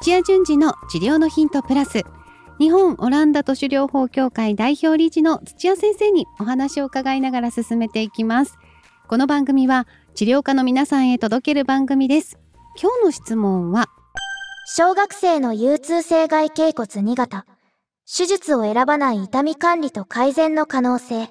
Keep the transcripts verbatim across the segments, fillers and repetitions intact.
土屋順次の治療のヒントプラス、日本オランダ都市療法協会代表理事の土屋先生にお話を伺いながら進めていきます。この番組は治療家の皆さんへ届ける番組です。今日の質問は、 小学生の腰痛性外脛骨に型、手術を選ばない痛み管理と改善の可能性。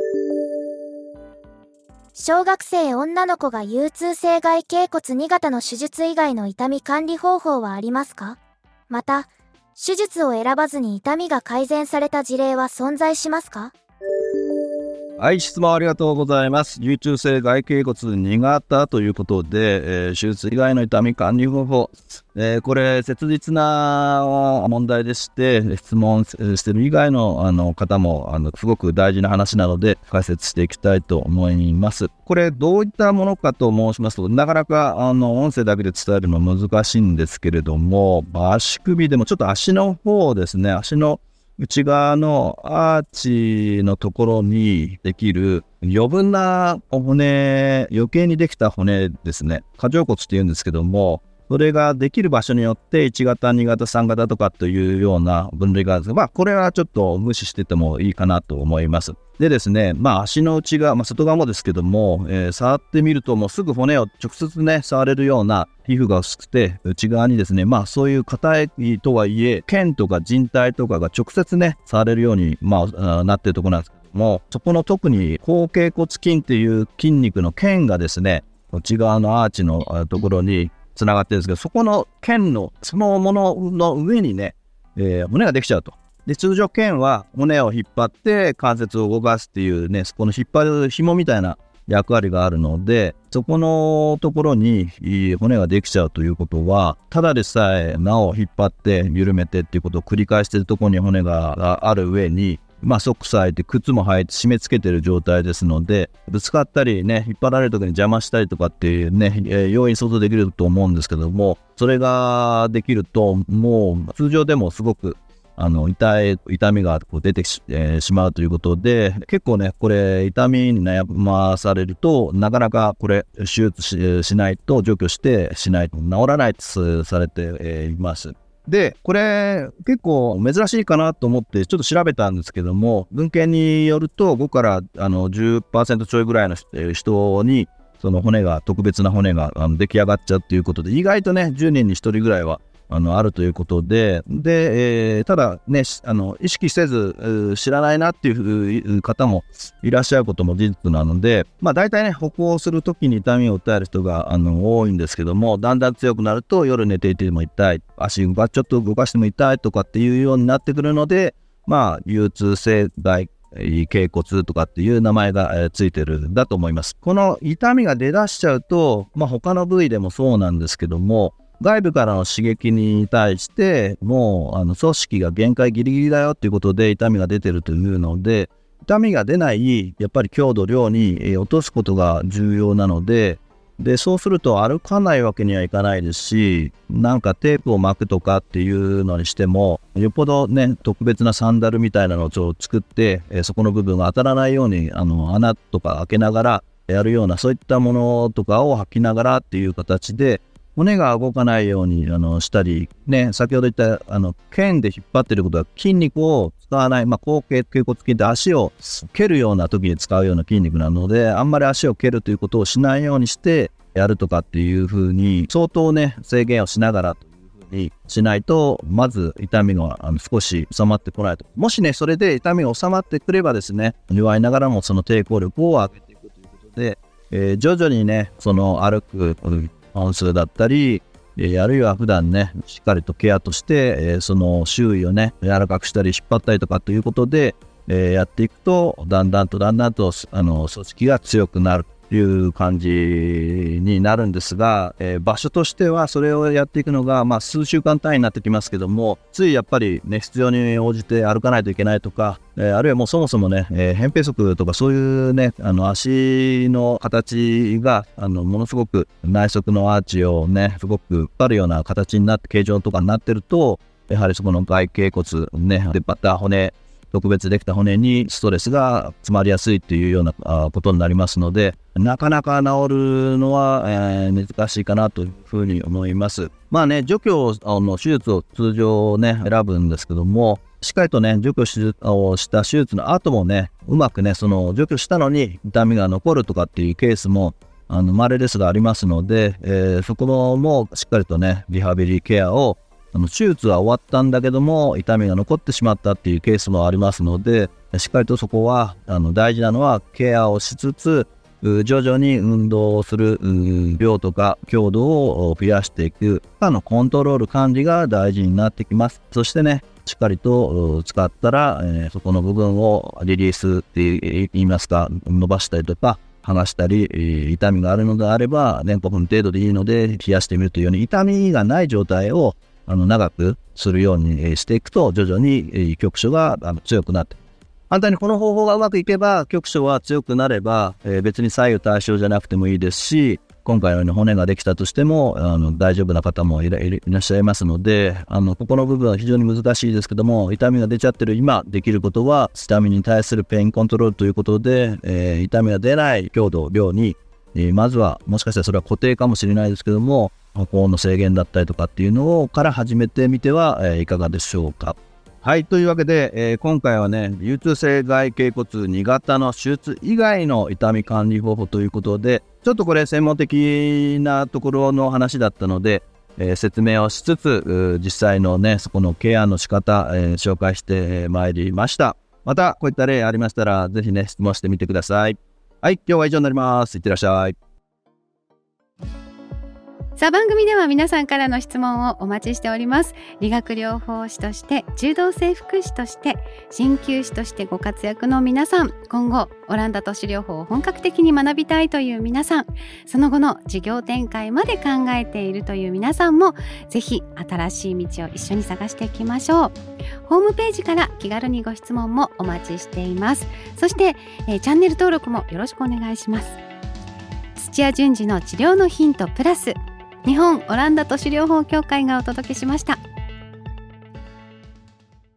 小学生女の子が腰痛性外脛骨に型の手術以外の痛み管理方法はありますか？また、手術を選ばずに痛みが改善された事例は存在しますか？ はい、質問ありがとうございます。腰痛性外脛骨に型ということで、えー、手術以外の痛み管理方法、えー、これ切実な問題でして、質問している以外の、あの方もあのすごく大事な話なので解説していきたいと思います。これどういったものかと申しますと、なかなかあの音声だけで伝えるのは難しいんですけれども、足首でもちょっと足の方ですね、足の内側のアーチのところにできる余分な骨、余計にできた骨ですね、過剰骨っていうんですけども、それができる場所によっていち型、に型、さん型とかというような分類があるんですが、まあこれはちょっと無視しててもいいかなと思います。でですね、まあ足の内側、まあ、外側もですけども、えー、触ってみるともうすぐ骨を直接ね触れるような皮膚が薄くて、内側にですね、まあそういう硬いとはいえ腱とか靭帯とかが直接ね触れるように、まあ、なっているところなんですけども、そこの特に後脛骨筋っていう筋肉の腱がですね、内側のアーチのところにつながってるんですけど、そこの腱のそのものの上にね、えー、骨ができちゃうと。で、通常腱は骨を引っ張って関節を動かすっていうね、そこの引っ張る紐みたいな役割があるので、そこのところに骨ができちゃうということは、ただでさえなお引っ張って緩めてっていうことを繰り返しているところに骨がある上に、まあ、ソックス履いて靴も履いて締め付けてる状態ですので、ぶつかったりね、引っ張られる時に邪魔したりとかっていうね、えー、容易に想像できると思うんですけども、それができるともう通常でもすごくあの 痛い痛みがこう出て し,、えー、しまうということで、結構ねこれ痛みに悩まされるとなかなかこれ手術 し, しないと除去してしないと治らないとされて、えー、います。で、これ結構珍しいかなと思ってちょっと調べたんですけども、文献によるとごからあの じゅっパーセント ちょいぐらいの人にその骨が特別な骨があの出来上がっちゃうっていうことで、意外とねじゅうにんにひとりぐらいはあのあるということで、で、えー、ただねあの意識せず知らないなっていう方もいらっしゃることも事実なので、まあ大体ね歩行するときに痛みを訴える人があの多いんですけども、だんだん強くなると夜寝ていても痛い、足がちょっと動かしても痛いとかっていうようになってくるので、まあ腰痛性外脛骨とかっていう名前が、えー、ついてるんだと思います。この痛みが出だしちゃうと、まあ他の部位でもそうなんですけども、外部からの刺激に対してもうあの組織が限界ギリギリだよっていうことで痛みが出てるというので、痛みが出ないやっぱり強度量に落とすことが重要なので、でそうすると歩かないわけにはいかないですし、なんかテープを巻くとかっていうのにしてもよっぽどね特別なサンダルみたいなのを作って、えそこの部分が当たらないようにあの穴とか開けながらやるような、そういったものとかを履きながらっていう形で骨が動かないようにあのしたり、ね、先ほど言ったあの腱で引っ張っていることは筋肉を使わない、まあ、後脛脛骨筋って足を蹴るような時に使うような筋肉なので、あんまり足を蹴るということをしないようにしてやるとかっていうふうに相当ね制限をしながらというふうにしないと、まず痛みがあの少し収まってこないと。もしねそれで痛みが収まってくればですね、弱いながらもその抵抗力を上げていくということで、えー、徐々にねその歩く本数だったり、えー、あるいは普段ねしっかりとケアとして、えー、その周囲をね柔らかくしたり引っ張ったりとかということで、えー、やっていくとだんだんとだんだんとあの組織が強くなるという感じになるんですが、えー、場所としてはそれをやっていくのが、まあ、数週間単位になってきますけども、ついやっぱりね必要に応じて歩かないといけないとか、えー、あるいはもうそもそもね、えー、扁平足とかそういうねあの足の形があのものすごく内側のアーチをねすごく引っ張るような形になって形状とかになってると、やはりそこの外脛骨ね出っ張った骨特別できた骨にストレスが詰まりやすいというようなことになりますので、なかなか治るのは、えー、難しいかなというふうに思います。まあね、除去をあの手術を通常ね選ぶんですけども、しっかりとね除去しをした手術の後もね、うまくねその除去したのに痛みが残るとかっていうケースもあの稀ですがありますので、えー、そこもしっかりとねリハビリケアを、あの手術は終わったんだけども痛みが残ってしまったっていうケースもありますので、しっかりとそこはあの大事なのはケアをしつつ、徐々に運動をする量とか強度を増やしていくかのコントロール管理が大事になってきます。そしてね、しっかりと使ったら、えー、そこの部分をリリースって言いますか、伸ばしたりとか剥がしたり、痛みがあるのであればねんごふん程度でいいので冷やしてみるというように、痛みがない状態をあの長くするようにしていくと徐々に局所があの強くなって、反対にこの方法がうまくいけば局所は強くなれば、えー、別に左右対称じゃなくてもいいですし、今回のように骨ができたとしてもあの大丈夫な方もい ら, いらっしゃいますので、あのここの部分は非常に難しいですけども、痛みが出ちゃってる今できることは痛みに対するペインコントロールということで、えー、痛みが出ない強度量に、えー、まずはもしかしたらそれは固定かもしれないですけども、歩行の制限だったりとかっていうのをから始めてみては、えー、いかがでしょうか。はい、というわけで、えー、今回はね、流通性外脛骨に型の手術以外の痛み管理方法ということで、ちょっとこれ専門的なところの話だったので、えー、説明をしつつ、実際のね、そこのケアの仕方、えー、紹介してまいりました。またこういった例ありましたら、ぜひね、質問してみてください。はい、今日は以上になります。いってらっしゃい。 さあ、番組では皆さんからの質問をお待ちしております。理学療法士として、柔道整復師として、鍼灸師としてご活躍の皆さん、今後オランダ都市療法を本格的に学びたいという皆さん、その後の事業展開まで考えているという皆さんも、ぜひ新しい道を一緒に探していきましょう。ホームページから気軽にご質問もお待ちしています。そして、えー、チャンネル登録もよろしくお願いします。土屋順次の治療のヒントプラス、日本オランダ都市療法協会がお届けしました。